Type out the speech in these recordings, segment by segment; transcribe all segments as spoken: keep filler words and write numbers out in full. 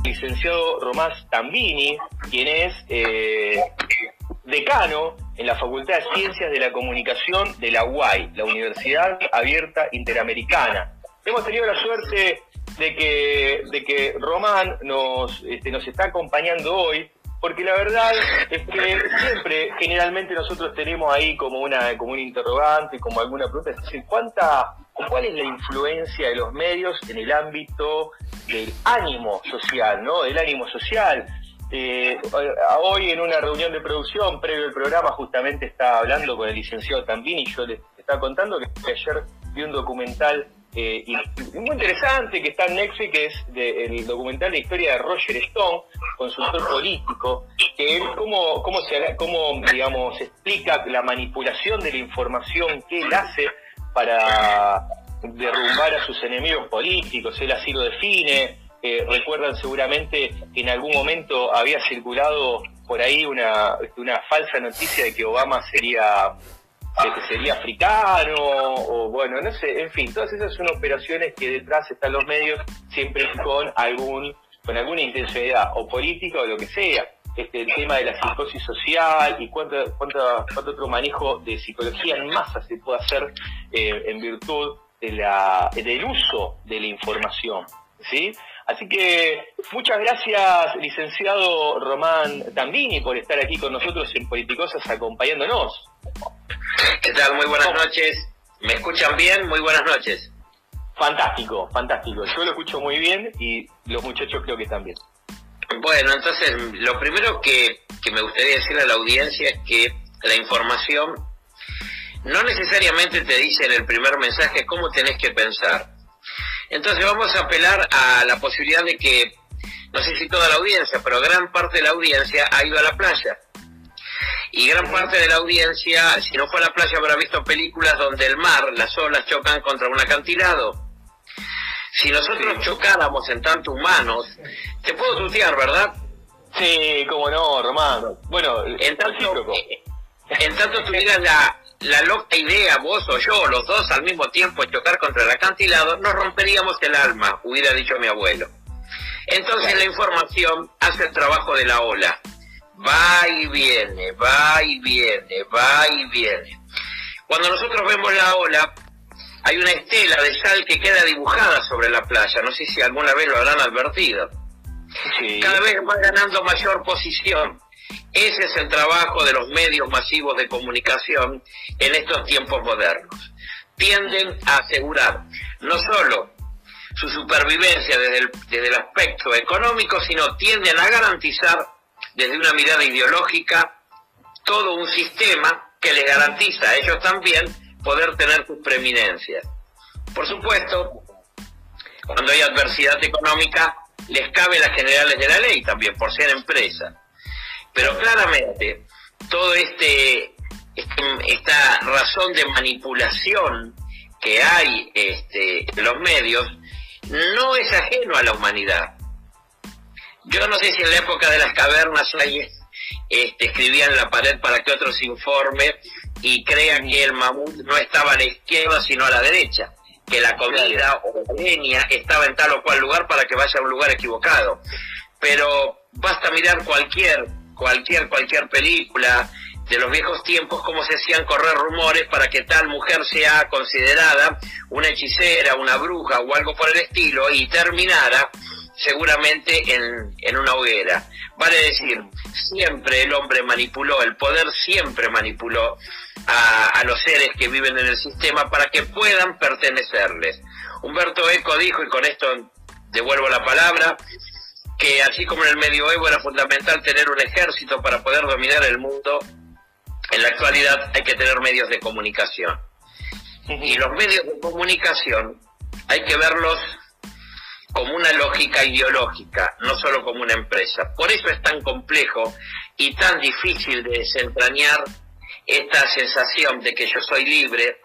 licenciado Román Tambini, quien es eh, decano en la Facultad de Ciencias de la Comunicación de la U A I, la Universidad Abierta Interamericana. Hemos tenido la suerte de que, de que Román nos, este, nos está acompañando hoy, porque la verdad es que siempre, generalmente nosotros tenemos ahí como una, como un interrogante, como alguna pregunta, es decir, ¿cuánta, ¿cuál es la influencia de los medios en el ámbito del ánimo social, ¿no? Del ánimo social. Eh, hoy en una reunión de producción, previo al programa, justamente estaba hablando con el licenciado Tambini y yo les estaba contando que ayer vi un documental eh, y, muy interesante que está en Netflix, que es de, el documental de historia de Roger Stone, consultor político, que él cómo, cómo, se, cómo digamos, explica la manipulación de la información que él hace para derrumbar a sus enemigos políticos. Él así lo define. Eh, recuerdan seguramente que en algún momento había circulado por ahí una, una falsa noticia de que Obama sería, que sería africano, o bueno, no sé, en fin, todas esas son operaciones que detrás están los medios, siempre con algún con alguna intencionalidad, o política o lo que sea. Este, el tema de la psicosis social y cuánto, cuánto, cuánto otro manejo de psicología en masa se puede hacer eh, en virtud de la, del uso de la información, ¿sí? Así que muchas gracias, licenciado Román Tambini, por estar aquí con nosotros en Politicosas acompañándonos. ¿Qué tal? Muy buenas noches. ¿Me escuchan bien? Muy buenas noches. Fantástico, fantástico. Yo lo escucho muy bien y los muchachos creo que también. Bueno, entonces lo primero que, que me gustaría decirle a la audiencia es que la información no necesariamente te dice en el primer mensaje cómo tenés que pensar. Entonces vamos a apelar a la posibilidad de que, no sé si toda la audiencia, pero gran parte de la audiencia ha ido a la playa. Y gran parte de la audiencia, si no fue a la playa, habrá visto películas donde el mar, las olas chocan contra un acantilado. Si nosotros chocáramos en tanto humanos, te puedo tutear, ¿verdad? Sí, cómo no, Román. Bueno, en tanto, en tanto tuvieras la... la loca idea, vos o yo, los dos al mismo tiempo, chocar contra el acantilado, nos romperíamos el alma, hubiera dicho mi abuelo. Entonces la información hace el trabajo de la ola. Va y viene, va y viene, va y viene. Cuando nosotros vemos la ola, hay una estela de sal que queda dibujada sobre la playa. No sé si alguna vez lo habrán advertido. Sí. Cada vez va ganando mayor posición. Ese es el trabajo de los medios masivos de comunicación en estos tiempos modernos. Tienden a asegurar no solo su supervivencia desde el, desde el aspecto económico, sino tienden a garantizar desde una mirada ideológica todo un sistema que les garantiza a ellos también poder tener sus preeminencias. Por supuesto, cuando hay adversidad económica, les cabe las generales de la ley también, por ser empresa. Pero claramente, todo este, este esta razón de manipulación que hay este, en los medios no es ajeno a la humanidad. Yo no sé si en la época de las cavernas alguien este, escribía en la pared para que otros informe y crean que el mamut no estaba a la izquierda sino a la derecha, que la comida o la leña estaba en tal o cual lugar para que vaya a un lugar equivocado. Pero basta mirar cualquier cualquier cualquier película de los viejos tiempos, cómo se hacían correr rumores para que tal mujer sea considerada una hechicera, una bruja o algo por el estilo, y terminara seguramente en, en una hoguera. Vale decir, siempre el hombre manipuló, el poder siempre manipuló a, a los seres que viven en el sistema para que puedan pertenecerles. Humberto Eco dijo, y con esto devuelvo la palabra, que así como en el medioevo era fundamental tener un ejército para poder dominar el mundo, en la actualidad hay que tener medios de comunicación. Y los medios de comunicación hay que verlos como una lógica ideológica, no solo como una empresa. Por eso es tan complejo y tan difícil de desentrañar esta sensación de que yo soy libre,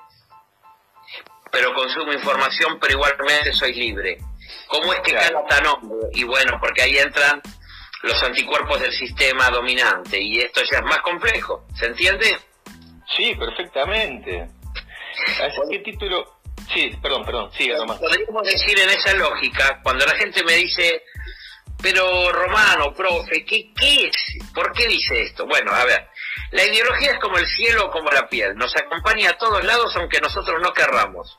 pero consumo información, pero igualmente soy libre. ¿Cómo es que claro. Cada nombre? Y bueno, porque ahí entran los anticuerpos del sistema dominante, y esto ya es más complejo, ¿se entiende? Sí, perfectamente. ¿A qué título? Sí, perdón, perdón, sigue nomás. Podríamos decir en esa lógica, cuando la gente me dice, Pero Romano, profe, ¿qué, qué es? ¿Por qué dice esto? Bueno, a ver, la ideología es como el cielo o como la piel, nos acompaña a todos lados aunque nosotros no querramos.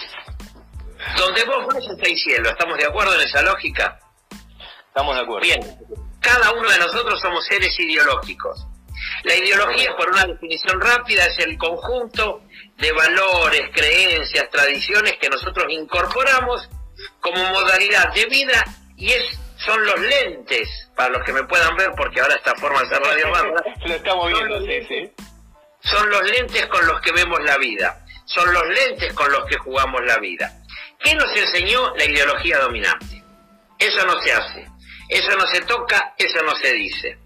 Donde vos vas está el cielo, ¿estamos de acuerdo en esa lógica? Estamos de acuerdo. Bien, cada uno de nosotros somos seres ideológicos. La ideología, por una definición rápida, es el conjunto de valores, creencias, tradiciones que nosotros incorporamos como modalidad de vida y es son los lentes, para los que me puedan ver, porque ahora esta forma de hacer radio más, lo estamos viendo, sí, sí. Son los lentes con los que vemos la vida, son los lentes con los que jugamos la vida. ¿Qué nos enseñó la ideología dominante? Eso no se hace, eso no se toca, eso no se dice.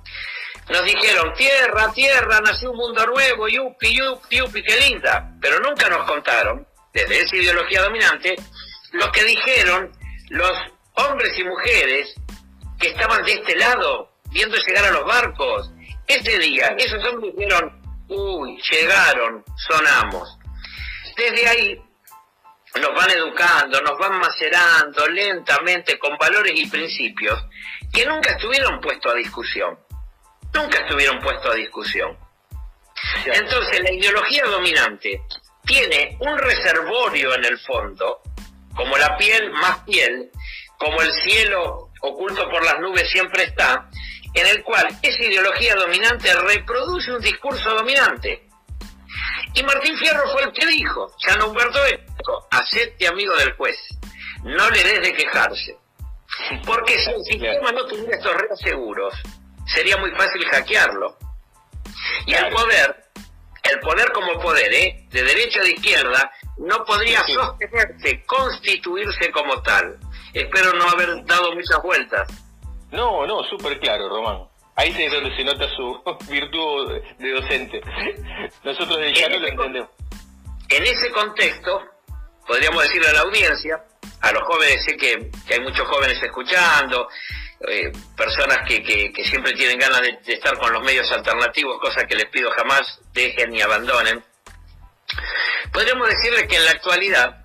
Nos dijeron, tierra, tierra, nació un mundo nuevo, yupi, yupi, yupi, qué linda. Pero nunca nos contaron, desde esa ideología dominante, lo que dijeron los hombres y mujeres que estaban de este lado, viendo llegar a los barcos. Ese día, esos hombres dijeron, uy, llegaron, sonamos. Desde ahí nos van educando, nos van macerando lentamente con valores y principios que nunca estuvieron puestos a discusión. Nunca estuvieron puestos a discusión. Entonces la ideología dominante tiene un reservorio en el fondo, como la piel más piel, como el cielo oculto por las nubes siempre está, en el cual esa ideología dominante reproduce un discurso dominante. Y Martín Fierro fue el que dijo, ya no Humberto Eco, hacete amigo del juez, no le des de quejarse. Porque si el sistema no tuviera estos reaseguros, sería muy fácil hackearlo. Y el poder, el poder como poder, ¿eh? de derecha o de izquierda, no podría sí, sí. sostenerse, constituirse como tal. Espero no haber dado muchas vueltas. No, no, súper claro, Román. Ahí es donde se nota su virtud de docente. Nosotros de ya no lo entendemos. En ese contexto, podríamos decirle a la audiencia, a los jóvenes, sé que, que hay muchos jóvenes escuchando, eh, personas que, que, que siempre tienen ganas de, de estar con los medios alternativos, cosa que les pido jamás dejen ni abandonen. Podríamos decirle que en la actualidad,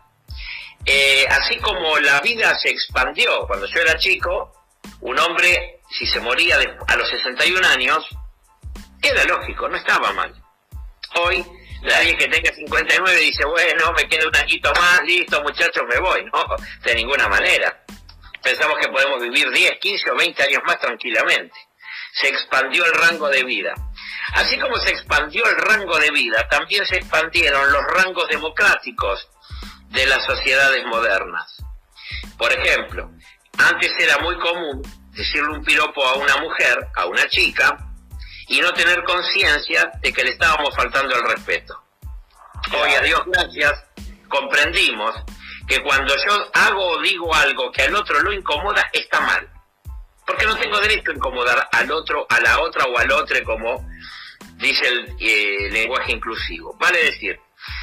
eh, así como la vida se expandió cuando yo era chico, un hombre, si se moría de, a los sesenta y un años, era lógico, no estaba mal. Hoy, nadie que tenga cincuenta y nueve dice, bueno, me queda un añito más, listo, muchachos, me voy. No, de ninguna manera. Pensamos que podemos vivir diez, quince o veinte años más tranquilamente. Se expandió el rango de vida. Así como se expandió el rango de vida, también se expandieron los rangos democráticos de las sociedades modernas. Por ejemplo, antes era muy común decirle un piropo a una mujer, a una chica, y no tener conciencia de que le estábamos faltando el respeto. Hoy, a Dios gracias, comprendimos que cuando yo hago o digo algo que al otro lo incomoda, está mal. Porque no tengo derecho a incomodar al otro, a la otra o al otro, como dice el eh, lenguaje inclusivo. Vale decir,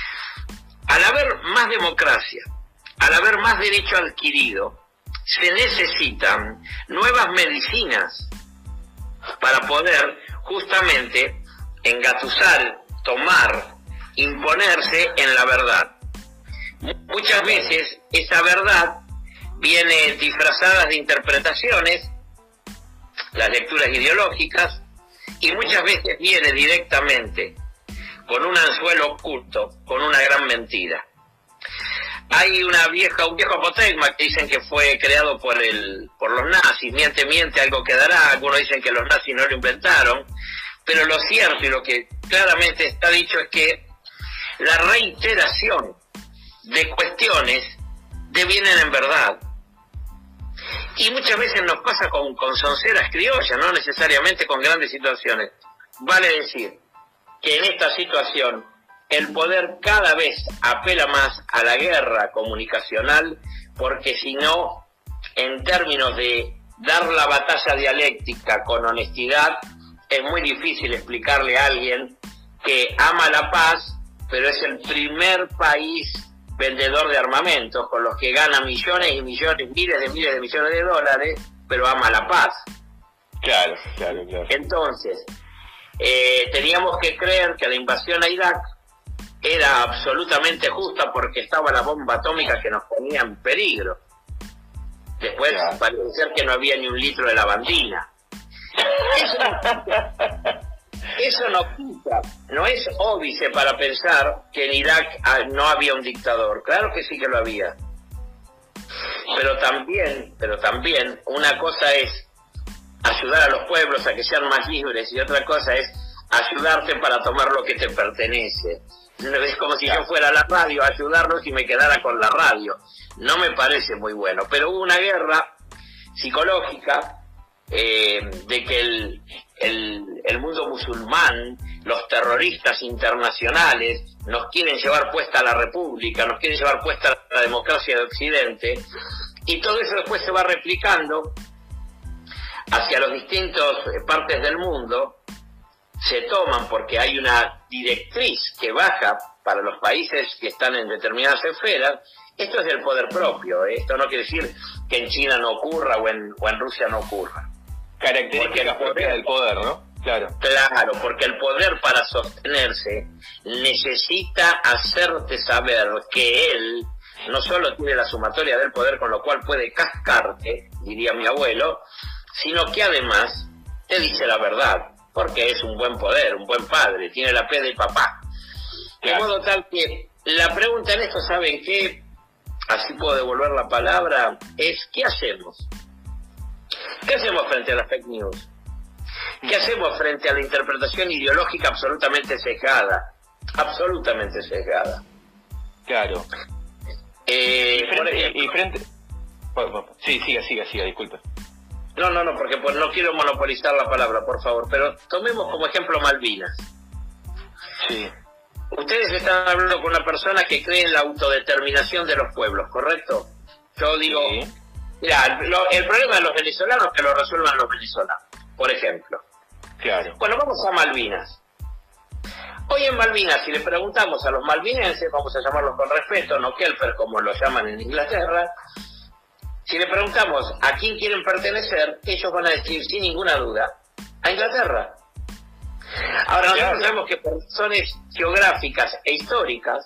al haber más democracia, al haber más derecho adquirido, se necesitan nuevas medicinas para poder justamente engatusar, tomar, imponerse en la verdad. Muchas veces esa verdad viene disfrazada de interpretaciones, las lecturas ideológicas, y muchas veces viene directamente con un anzuelo oculto, con una gran mentira. Hay una vieja, un viejo apotegma que dicen que fue creado por el, por los nazis, miente, miente, algo quedará. Algunos dicen que los nazis no lo inventaron, pero lo cierto y lo que claramente está dicho es que la reiteración de cuestiones devienen en verdad. Y muchas veces nos pasa con, con sonceras criollas, no necesariamente con grandes situaciones. Vale decir que en esta situación el poder cada vez apela más a la guerra comunicacional, porque si no, en términos de dar la batalla dialéctica con honestidad, es muy difícil explicarle a alguien que ama la paz, pero es el primer país vendedor de armamentos, con los que gana millones y millones, miles de miles de millones de dólares, pero ama la paz. Claro, claro, claro. Entonces, eh, teníamos que creer que la invasión a Irak era absolutamente justa porque estaba la bomba atómica que nos ponía en peligro. Después Claro. parece ser que no había ni un litro de lavandina. Eso no quita, eso no quita, no es óbice para pensar que en Irak ah, no había un dictador. Claro que sí que lo había. Pero también, pero también, una cosa es ayudar a los pueblos a que sean más libres y otra cosa es ayudarte para tomar lo que te pertenece. Es como si yo fuera a la radio a ayudarlos y me quedara con la radio. No me parece muy bueno. Pero hubo una guerra psicológica eh, de que el, el, el mundo musulmán, los terroristas internacionales, nos quieren llevar puesta la república, nos quieren llevar puesta la democracia de Occidente, y todo eso después se va replicando hacia las distintas partes del mundo. Se toman porque hay una directriz que baja para los países que están en determinadas esferas. Esto es del poder propio, ¿eh? Esto no quiere decir que en China no ocurra o en, o en Rusia no ocurra. Características propias del poder, ¿no? Claro. Claro, porque el poder para sostenerse necesita hacerte saber que él no solo tiene la sumatoria del poder, con lo cual puede cascarte, diría mi abuelo, sino que además te dice la verdad, porque es un buen poder, un buen padre, tiene la P de papá. De modo tal que la pregunta en esto, ¿saben qué? Así puedo devolver la palabra, es ¿qué hacemos? ¿Qué hacemos frente a las fake news? ¿Qué hacemos frente a la interpretación ideológica absolutamente sesgada? Absolutamente sesgada. Claro. Eh, y frente, por ejemplo, y frente... Bueno, sí, siga, siga, siga, disculpe. No, no, no, porque pues, no quiero monopolizar la palabra, por favor, pero tomemos como ejemplo Malvinas. Sí. Ustedes están hablando con una persona que cree en la autodeterminación de los pueblos, ¿correcto? Yo digo, Sí. mira, lo, el problema de los venezolanos es que lo resuelvan los venezolanos, por ejemplo. Claro. Bueno, vamos a Malvinas. Hoy en Malvinas, si le preguntamos a los malvinenses, vamos a llamarlos con respeto, no Kelper como lo llaman en Inglaterra, si le preguntamos a quién quieren pertenecer, ellos van a decir sin ninguna duda a Inglaterra. Ahora nosotros Claro. sabemos que por razones geográficas e históricas,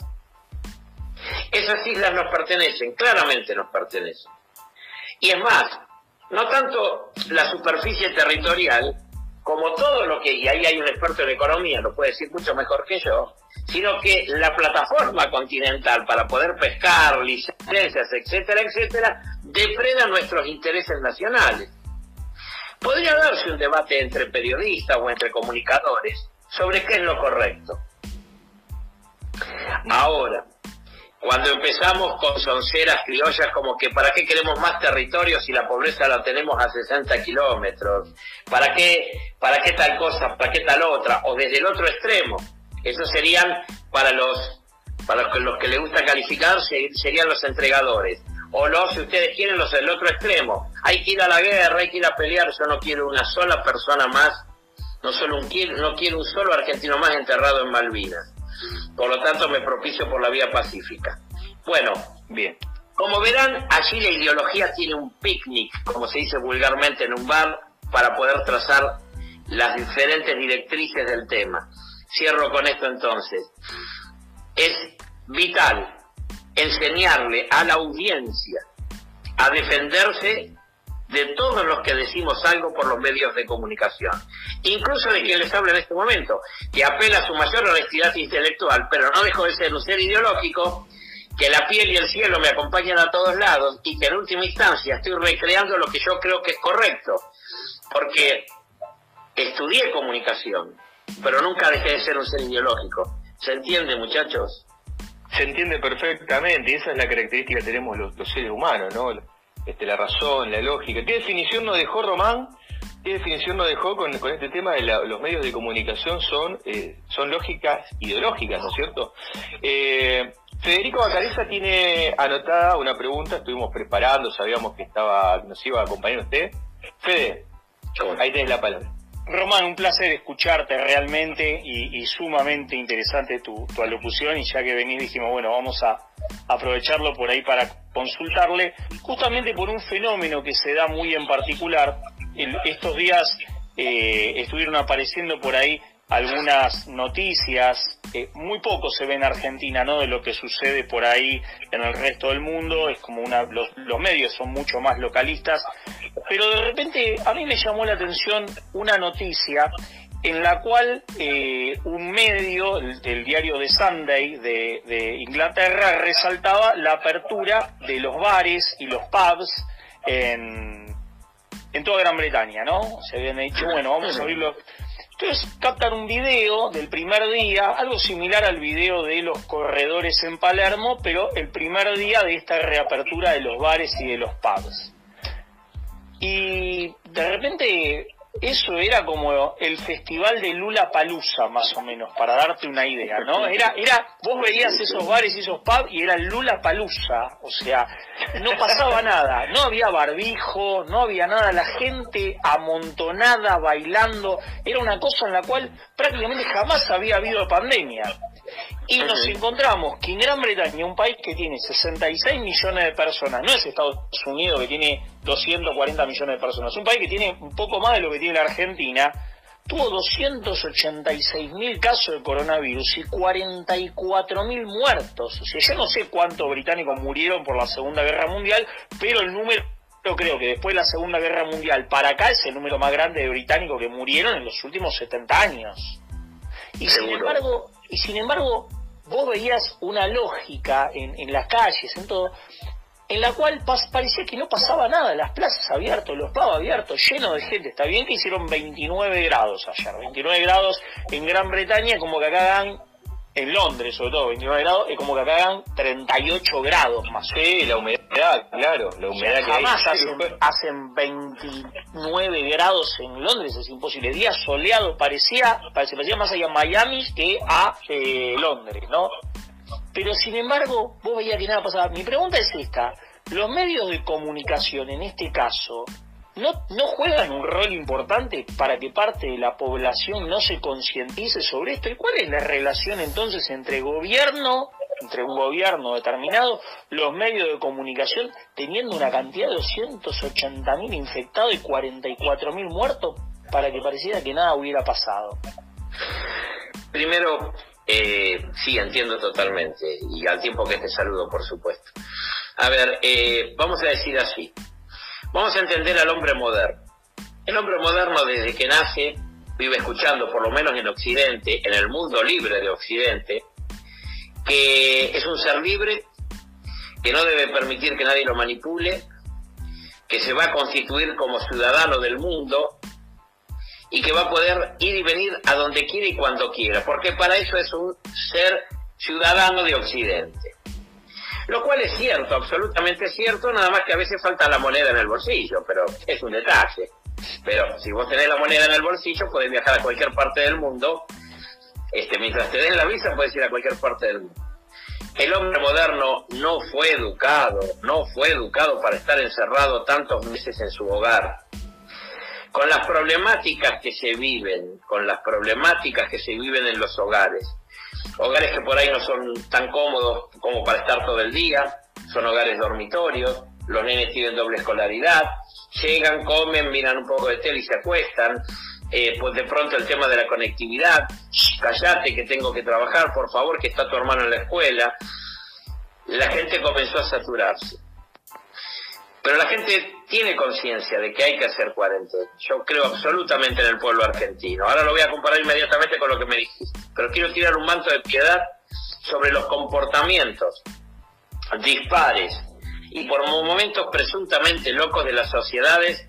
esas islas nos pertenecen, claramente nos pertenecen. Y es más, no tanto la superficie territorial, como todo lo que, y ahí hay un experto en economía, lo puede decir mucho mejor que yo, sino que la plataforma continental para poder pescar, licencias, etcétera, etcétera, depreda nuestros intereses nacionales. Podría darse un debate entre periodistas o entre comunicadores sobre qué es lo correcto. Ahora, cuando empezamos con sonceras criollas como que ¿para qué queremos más territorio si la pobreza la tenemos a sesenta kilómetros? ¿Para qué, para qué tal cosa? ¿Para qué tal otra? O desde el otro extremo. Esos serían para los para los que, los que les gusta calificar, serían los entregadores. O los, si ustedes quieren, los del otro extremo. Hay que ir a la guerra, hay que ir a pelear. Yo no quiero una sola persona más, no solo un no quiero un solo argentino más enterrado en Malvinas. Por lo tanto, me propicio por la vía pacífica. Bueno, bien. Como verán, allí la ideología tiene un picnic, como se dice vulgarmente en un bar, para poder trazar las diferentes directrices del tema. Cierro con esto entonces. Es vital enseñarle a la audiencia a defenderse de todos los que decimos algo por los medios de comunicación, incluso de quien les habla en este momento, que apela a su mayor honestidad intelectual, pero no dejo de ser un ser ideológico, que la piel y el cielo me acompañan a todos lados y que en última instancia estoy recreando lo que yo creo que es correcto, porque estudié comunicación, pero nunca dejé de ser un ser ideológico. ¿Se entiende, muchachos? Se entiende perfectamente, y esa es la característica que tenemos los, los seres humanos, ¿no? Este, la razón, la lógica. ¿Qué definición nos dejó Román? ¿Qué definición nos dejó con, con este tema de la, los medios de comunicación son, eh, son lógicas ideológicas, ¿no es cierto? Eh, Federico Bacareza tiene anotada una pregunta, estuvimos preparando, sabíamos que estaba que nos iba a acompañar usted. Fede, ahí tenés la palabra. Román, un placer escucharte realmente y, y sumamente interesante tu, tu alocución, y ya que venís dijimos, bueno, vamos a aprovecharlo por ahí para consultarle, justamente por un fenómeno que se da muy en particular. El, estos días eh, estuvieron apareciendo por ahí algunas noticias, eh, muy poco se ve en Argentina, ¿no?, de lo que sucede por ahí en el resto del mundo. Es como una, los, los medios son mucho más localistas, pero de repente a mí me llamó la atención una noticia en la cual eh, un medio, el, el diario The Sunday de, de Inglaterra, resaltaba la apertura de los bares y los pubs en, en toda Gran Bretaña, ¿no? Se habían dicho, bueno, vamos a abrirlo. Entonces captan un video del primer día, algo similar al video de los corredores en Palermo, pero el primer día de esta reapertura de los bares y de los pubs. Y de repente eso era como el festival de Lollapalooza, más o menos, para darte una idea, ¿no? Era, era, vos veías esos bares y esos pubs y era Lollapalooza, o sea, no pasaba nada, no había barbijo, no había nada, la gente amontonada, bailando, era una cosa en la cual prácticamente jamás había habido pandemia. Y nos encontramos que en Gran Bretaña, un país que tiene sesenta y seis millones de personas, no es Estados Unidos que tiene doscientos cuarenta millones de personas, es un país que tiene un poco más de lo que tiene la Argentina, tuvo doscientos ochenta y seis mil casos de coronavirus y cuarenta y cuatro mil muertos. O sea, yo no sé cuántos británicos murieron por la Segunda Guerra Mundial, pero el número, yo creo que después de la Segunda Guerra Mundial para acá es el número más grande de británicos que murieron en los últimos setenta años. Y sin embargo, y sin embargo, vos veías una lógica en, en las calles, en todo, en la cual pas, parecía que no pasaba nada, las plazas abiertas, los pubs abiertos, llenos de gente. Está bien que hicieron veintinueve grados ayer, veintinueve grados en Gran Bretaña, como que acá hagan, en Londres sobre todo, veintinueve grados, es como que acá hagan treinta y ocho grados más. Sí, la humedad, claro, la humedad, o sea, que jamás hay. Hacen, hacen veintinueve grados en Londres, es imposible. Día soleado, parecía, parecía más allá a Miami que a eh, Londres, ¿no? Pero sin embargo, vos veías que nada pasaba. Mi pregunta es esta: los medios de comunicación, en este caso, ¿no, no juegan un rol importante para que parte de la población no se concientice sobre esto? ¿Y cuál es la relación entonces entre gobierno, entre un gobierno determinado, los medios de comunicación, teniendo una cantidad de doscientos ochenta mil infectados y cuarenta y cuatro mil muertos, para que pareciera que nada hubiera pasado? Primero, eh, sí, entiendo totalmente, y al tiempo que te saludo, por supuesto. A ver, eh, vamos a decir así. Vamos a entender al hombre moderno. El hombre moderno, desde que nace, vive escuchando, por lo menos en Occidente, en el mundo libre de Occidente, que es un ser libre, que no debe permitir que nadie lo manipule, que se va a constituir como ciudadano del mundo y que va a poder ir y venir a donde quiera y cuando quiera, porque para eso es un ser ciudadano de Occidente. Lo cual es cierto, absolutamente cierto, nada más que a veces falta la moneda en el bolsillo, pero es un detalle. Pero si vos tenés la moneda en el bolsillo, podés viajar a cualquier parte del mundo. Este, mientras te den la visa, puedes ir a cualquier parte del mundo. El hombre moderno no fue educado, no fue educado para estar encerrado tantos meses en su hogar. Con las problemáticas que se viven, con las problemáticas que se viven en los hogares. Hogares que por ahí no son tan cómodos como para estar todo el día, son hogares dormitorios, los nenes tienen doble escolaridad, llegan, comen, miran un poco de tele y se acuestan, eh, pues de pronto el tema de la conectividad, callate que tengo que trabajar, por favor, que está tu hermano en la escuela. La gente comenzó a saturarse. Pero la gente tiene conciencia de que hay que hacer cuarentena. Yo creo absolutamente en el pueblo argentino. Ahora lo voy a comparar inmediatamente con lo que me dijiste. Pero quiero tirar un manto de piedad sobre los comportamientos dispares y por momentos presuntamente locos de las sociedades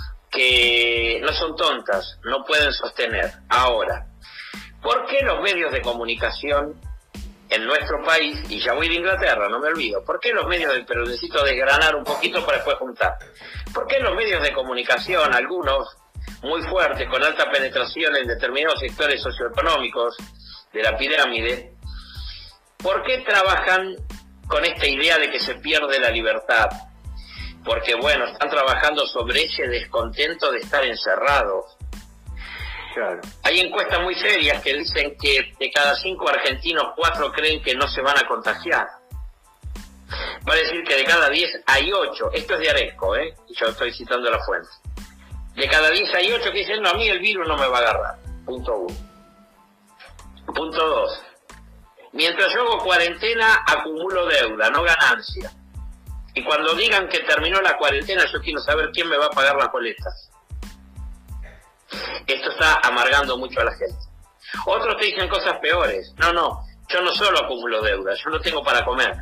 que no son tontas, no pueden sostener. Ahora, ¿por qué los medios de comunicación en nuestro país, y ya voy de Inglaterra, no me olvido, ¿por qué los medios de, pero necesito desgranar un poquito para después juntar? ¿Por qué los medios de comunicación, algunos muy fuertes, con alta penetración en determinados sectores socioeconómicos de la pirámide, por qué trabajan con esta idea de que se pierde la libertad? Porque, bueno, están trabajando sobre ese descontento de estar encerrados. Claro. Hay encuestas muy serias que dicen que de cada cinco argentinos, cuatro creen que no se van a contagiar. Va a decir que de cada diez hay ocho, esto es de Aresco, ¿eh? Yo estoy citando la fuente. De cada diez hay ocho que dicen, no, a mí el virus no me va a agarrar, punto uno. Punto dos. Mientras yo hago cuarentena, acumulo deuda, no ganancia. Y cuando digan que terminó la cuarentena, yo quiero saber quién me va a pagar las boletas. Esto está amargando mucho a la gente. Otros te dicen cosas peores. No, no, yo no solo acumulo deuda, yo no tengo para comer.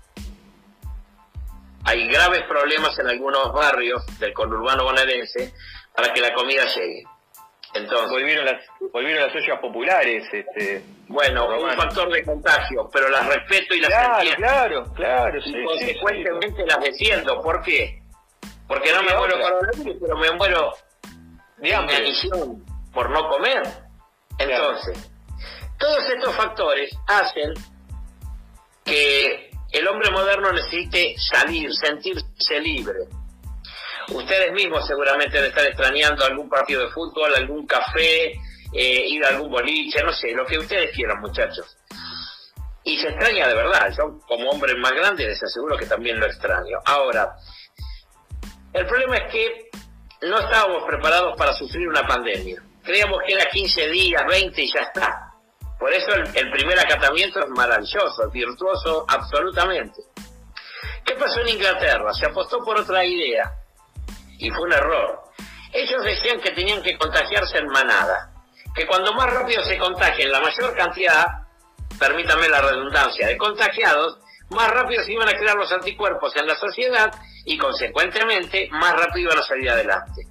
Hay graves problemas en algunos barrios del conurbano bonaerense para que la comida llegue. Entonces, volvieron las volvieron las ollas populares, este bueno, Romano. Un factor de contagio, pero las respeto y las claro, entiendo. Claro, claro, y sí, consecuentemente sí, sí. las defiendo. ¿Por qué? Porque no me muero coronavirus, pero me muero de inanición por no comer. Entonces, claro. Todos estos factores hacen que el hombre moderno necesite salir, sentirse libre. Ustedes mismos seguramente deben estar extrañando algún partido de fútbol, algún café, eh, ir a algún boliche, no sé, lo que ustedes quieran, muchachos. Y se extraña de verdad. Yo, como hombre más grande, les aseguro que también lo extraño. Ahora, el problema es que no estábamos preparados para sufrir una pandemia. Creíamos que era quince días, veinte y ya está. Por eso el, el primer acatamiento es maravilloso, es virtuoso absolutamente. ¿Qué pasó en Inglaterra? Se apostó por otra idea. Y fue un error. Ellos decían que tenían que contagiarse en manada, que cuando más rápido se contagien la mayor cantidad, permítame la redundancia, de contagiados, más rápido se iban a crear los anticuerpos en la sociedad y consecuentemente más rápido iban a salir adelante.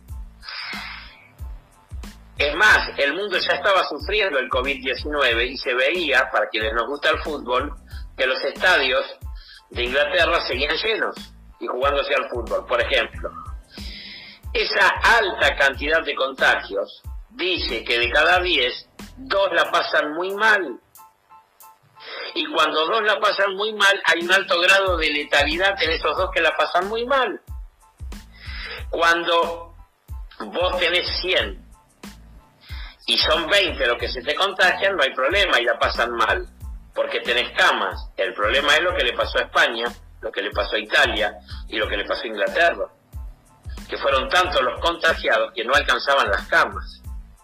Es más, el mundo ya estaba sufriendo el COVID diecinueve y se veía, para quienes nos gusta el fútbol, que los estadios de Inglaterra seguían llenos y jugándose al fútbol, por ejemplo. Esa alta cantidad de contagios dice que de cada diez, dos la pasan muy mal. Y cuando dos la pasan muy mal, hay un alto grado de letalidad en esos dos que la pasan muy mal. Cuando vos tenés cien y son veinte los que se te contagian, no hay problema y la pasan mal, porque tenés camas. El problema es lo que le pasó a España, lo que le pasó a Italia y lo que le pasó a Inglaterra, que fueron tantos los contagiados que no alcanzaban las camas.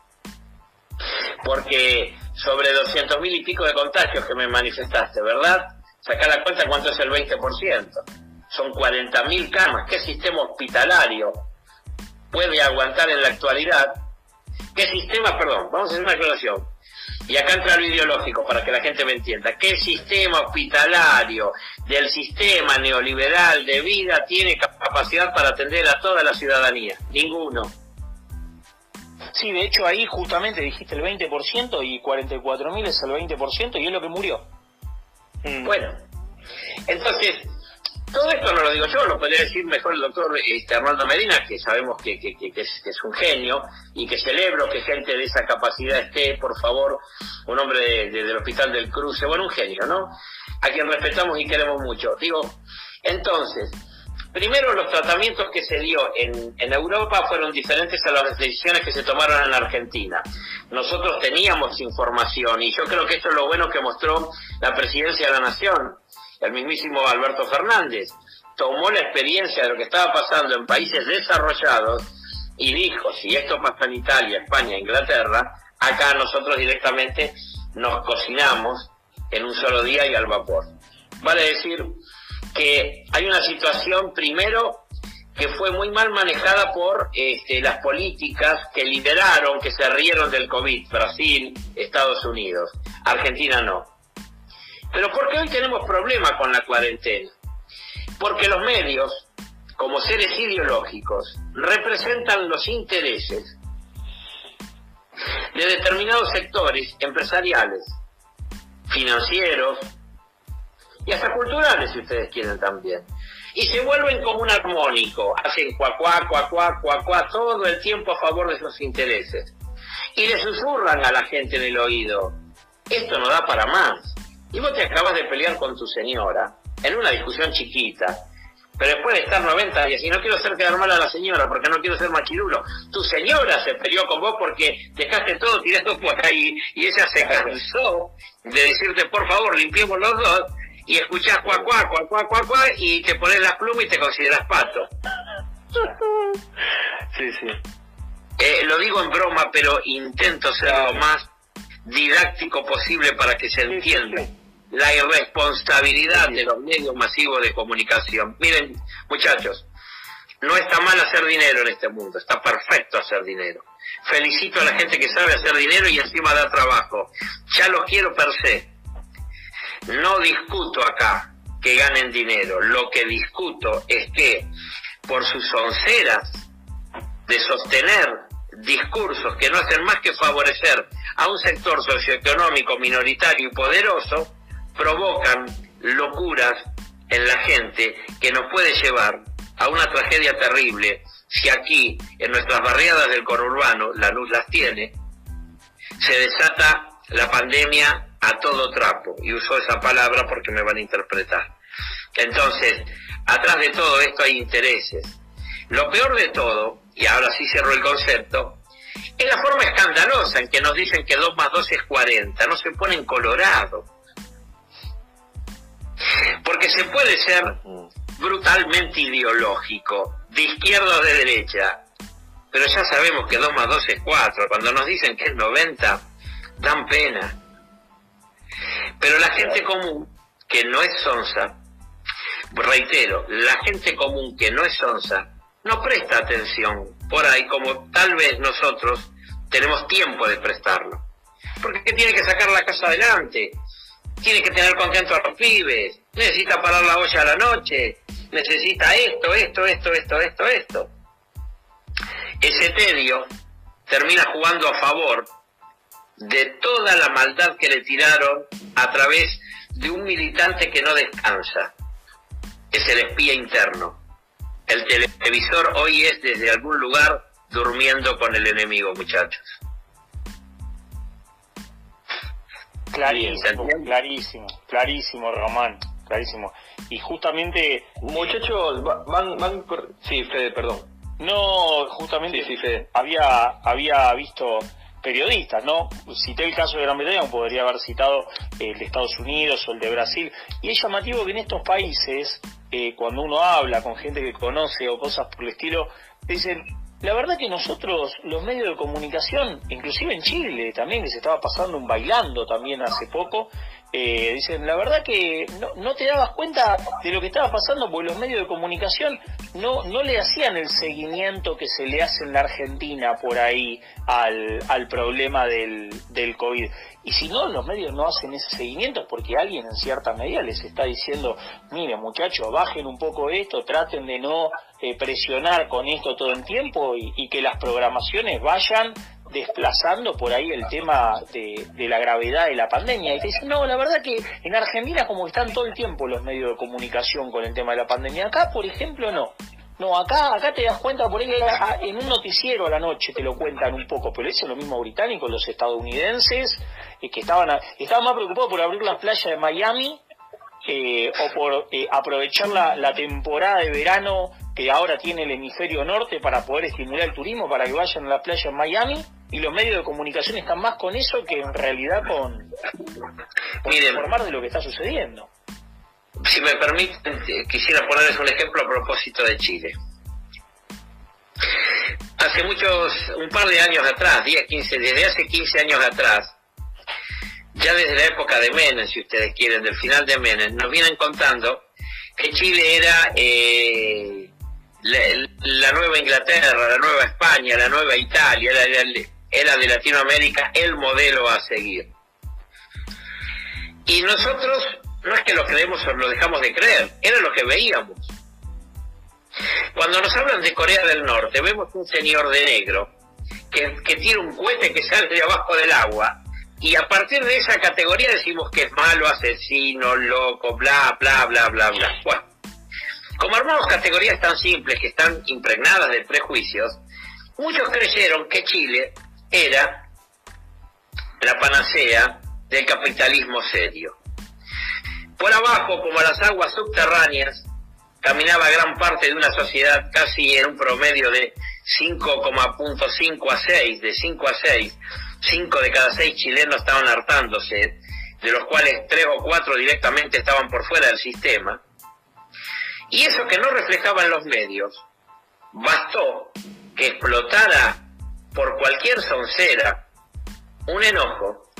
Porque sobre doscientos mil y pico de contagios que me manifestaste, ¿verdad? Sacá la cuenta cuánto es el veinte por ciento. Son cuarenta mil camas. ¿Qué sistema hospitalario puede aguantar en la actualidad? ¿Qué sistema, perdón, vamos a hacer una aclaración? Y acá entra lo ideológico para que la gente me entienda. ¿Qué sistema hospitalario del sistema neoliberal de vida tiene capacidad para atender a toda la ciudadanía? Ninguno. Sí, de hecho ahí justamente dijiste el veinte por ciento y cuarenta y cuatro mil es el veinte por ciento y es lo que murió. Mm. Bueno, entonces, todo esto no lo digo yo, lo podría decir mejor el doctor este, Arnaldo Medina, que sabemos que, que, que, que, es, que es un genio y que celebro que gente de esa capacidad esté, por favor, un hombre de, de, del Hospital del Cruce, bueno, un genio, ¿no? A quien respetamos y queremos mucho. Digo, entonces, primero los tratamientos que se dio en, en Europa fueron diferentes a las decisiones que se tomaron en Argentina. Nosotros teníamos información y yo creo que esto es lo bueno que mostró la Presidencia de la Nación. El mismísimo Alberto Fernández tomó la experiencia de lo que estaba pasando en países desarrollados y dijo, si esto pasa en Italia, España, Inglaterra, acá nosotros directamente nos cocinamos en un solo día y al vapor. Vale decir que hay una situación, primero, que fue muy mal manejada por este, las políticas que lideraron, que se rieron del COVID, Brasil, Estados Unidos, Argentina no. Pero ¿por qué hoy tenemos problemas con la cuarentena? Porque los medios, como seres ideológicos, representan los intereses de determinados sectores empresariales, financieros y hasta culturales, si ustedes quieren también. Y se vuelven como un armónico, hacen cuacuá, cuacuá, cuacuá, todo el tiempo a favor de sus intereses. Y le susurran a la gente en el oído, esto no da para más. Y vos te acabas de pelear con tu señora en una discusión chiquita, pero después de estar noventa días, y no quiero hacer quedar mal a la señora porque no quiero ser machirulo, tu señora se peleó con vos porque dejaste todo tirado por ahí y ella se cansó de decirte por favor limpiemos los dos y escuchás cuac cuac cuac cuac cuac cuac y te pones las plumas y te consideras pato. Sí, sí. Eh, lo digo en broma, pero intento ser lo más didáctico posible para que se entienda la irresponsabilidad de los medios masivos de comunicación. Miren, muchachos, no está mal hacer dinero en este mundo, está perfecto hacer dinero. Felicito a la gente que sabe hacer dinero y encima da trabajo. Ya lo quiero per se. No discuto acá que ganen dinero, lo que discuto es que por sus onceras de sostener discursos que no hacen más que favorecer a un sector socioeconómico minoritario y poderoso, provocan locuras en la gente que nos puede llevar a una tragedia terrible si aquí, en nuestras barriadas del conurbano, la luz las tiene, se desata la pandemia a todo trapo, y uso esa palabra porque me van a interpretar. Entonces, atrás de todo esto hay intereses. Lo peor de todo, y ahora sí cierro el concepto, es la forma escandalosa en que nos dicen que dos más dos es cuarenta, no se ponen colorado. Porque se puede ser brutalmente ideológico, de izquierda o de derecha, pero ya sabemos que dos más dos es cuatro, cuando nos dicen que es noventa, dan pena. Pero la gente común, que no es sonsa, reitero, la gente común que no es sonsa, no presta atención por ahí como tal vez nosotros tenemos tiempo de prestarlo. Porque tiene que sacar la casa adelante, tiene que tener contento a los pibes, necesita parar la olla a la noche, necesita esto, esto, esto, esto, esto, esto. Ese tedio termina jugando a favor de toda la maldad que le tiraron a través de un militante que no descansa. Es el espía interno. El televisor hoy es desde algún lugar durmiendo con el enemigo, muchachos. Clarísimo, clarísimo, clarísimo, Román, clarísimo. Y justamente... Muchachos, van... van por... Sí, Fede, perdón. No, justamente sí, sí, Fede. había había visto periodistas, ¿no? Cité el caso de Gran Bretaña, podría haber citado el de Estados Unidos o el de Brasil. Y es llamativo que en estos países, eh, cuando uno habla con gente que conoce o cosas por el estilo, dicen... La verdad que nosotros, los medios de comunicación, inclusive en Chile también, que se estaba pasando un bailando también hace poco, eh, dicen, la verdad que no, no te dabas cuenta de lo que estaba pasando porque los medios de comunicación no, no le hacían el seguimiento que se le hace en la Argentina por ahí al, al problema del, del COVID. Y si no, los medios no hacen ese seguimiento es porque alguien en cierta medida les está diciendo, miren muchachos, bajen un poco esto, traten de no eh, presionar con esto todo el tiempo y, y que las programaciones vayan desplazando por ahí el tema de, de la gravedad de la pandemia. Y te dicen, no, la verdad que en Argentina como están todo el tiempo los medios de comunicación con el tema de la pandemia. Acá, por ejemplo, no. No, acá acá te das cuenta, por ahí en un noticiero a la noche te lo cuentan un poco, pero eso es lo mismo británico, los estadounidenses, eh, que estaban a, estaban más preocupados por abrir las playas de Miami eh, o por eh, aprovechar la, la temporada de verano que ahora tiene el hemisferio norte para poder estimular el turismo, para que vayan a las playas en Miami, y los medios de comunicación están más con eso que en realidad con, con informar de lo que está sucediendo. Si me permiten, quisiera ponerles un ejemplo a propósito de Chile. Hace muchos, un par de años atrás, diez, quince, desde hace quince años atrás, ya desde la época de Menem, si ustedes quieren, del final de Menem, nos vienen contando que Chile era eh, la, la nueva Inglaterra, la nueva España, la nueva Italia, era, era de Latinoamérica el modelo a seguir. Y nosotros... no es que lo creemos o lo dejamos de creer, era lo que veíamos. Cuando nos hablan de Corea del Norte, vemos un señor de negro que, que tiene un cohete que sale de abajo del agua, y a partir de esa categoría decimos que es malo, asesino, loco, bla, bla, bla, bla, bla. Bueno, como armamos categorías tan simples que están impregnadas de prejuicios, muchos creyeron que Chile era la panacea del capitalismo serio. Por abajo, como a las aguas subterráneas, caminaba gran parte de una sociedad casi en un promedio de cinco coma cinco a seis, de cinco a seis, cinco de cada seis chilenos estaban hartándose, de los cuales tres o cuatro directamente estaban por fuera del sistema. Y eso que no reflejaban los medios, bastó que explotara por cualquier soncera un enojo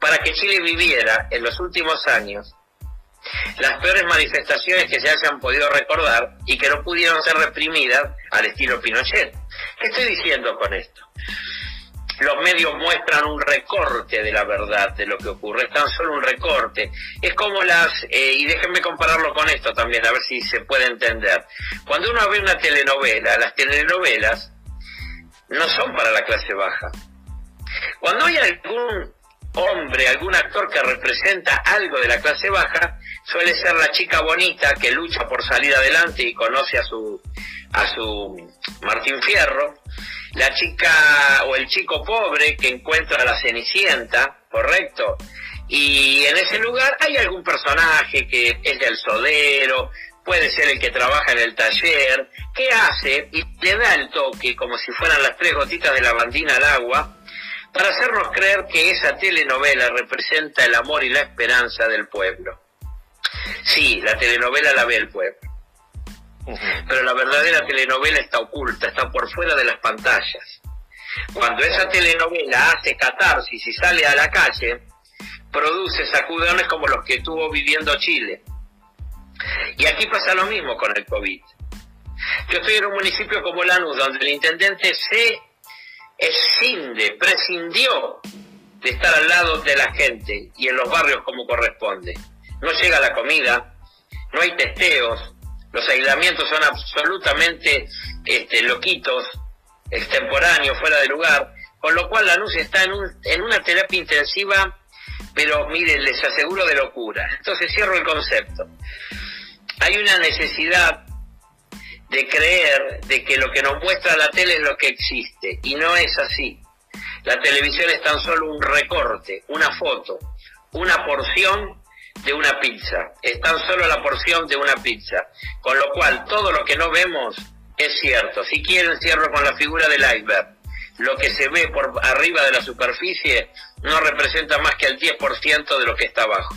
para que Chile viviera en los últimos años las peores manifestaciones que se hayan podido recordar y que no pudieron ser reprimidas al estilo Pinochet. ¿Qué estoy diciendo con esto? Los medios muestran un recorte de la verdad de lo que ocurre, es tan solo un recorte. Es como las, eh, y déjenme compararlo con esto también, a ver si se puede entender. Cuando uno ve una telenovela, las telenovelas no son para la clase baja. Cuando hay algún hombre, algún actor que representa algo de la clase baja, suele ser la chica bonita que lucha por salir adelante y conoce a su, a su Martín Fierro, la chica o el chico pobre que encuentra a la Cenicienta, ¿correcto? Y en ese lugar hay algún personaje que es del sodero, puede ser el que trabaja en el taller, que hace y le da el toque como si fueran las tres gotitas de lavandina al agua, para hacernos creer que esa telenovela representa el amor y la esperanza del pueblo. Sí, la telenovela la ve el pueblo, pero la verdadera telenovela está oculta, está por fuera de las pantallas. Cuando esa telenovela hace catarsis y sale a la calle, produce sacudones como los que estuvo viviendo Chile. Y aquí pasa lo mismo con el COVID. Yo estoy en un municipio como Lanús, donde el intendente se escinde, prescindió de estar al lado de la gente y en los barrios como corresponde. No llega la comida, no hay testeos, los aislamientos son absolutamente este, loquitos, extemporáneos, fuera de lugar, con lo cual Lanús está en, un, en una terapia intensiva, pero miren, les aseguro de locura. Entonces cierro el concepto. Hay una necesidad de creer de que lo que nos muestra la tele es lo que existe, y no es así. La televisión es tan solo un recorte, una foto, una porción de una pizza, es tan solo la porción de una pizza, con lo cual todo lo que no vemos es cierto. Si quieren, cierro con la figura del iceberg. Lo que se ve por arriba de la superficie no representa más que el diez por ciento de lo que está abajo.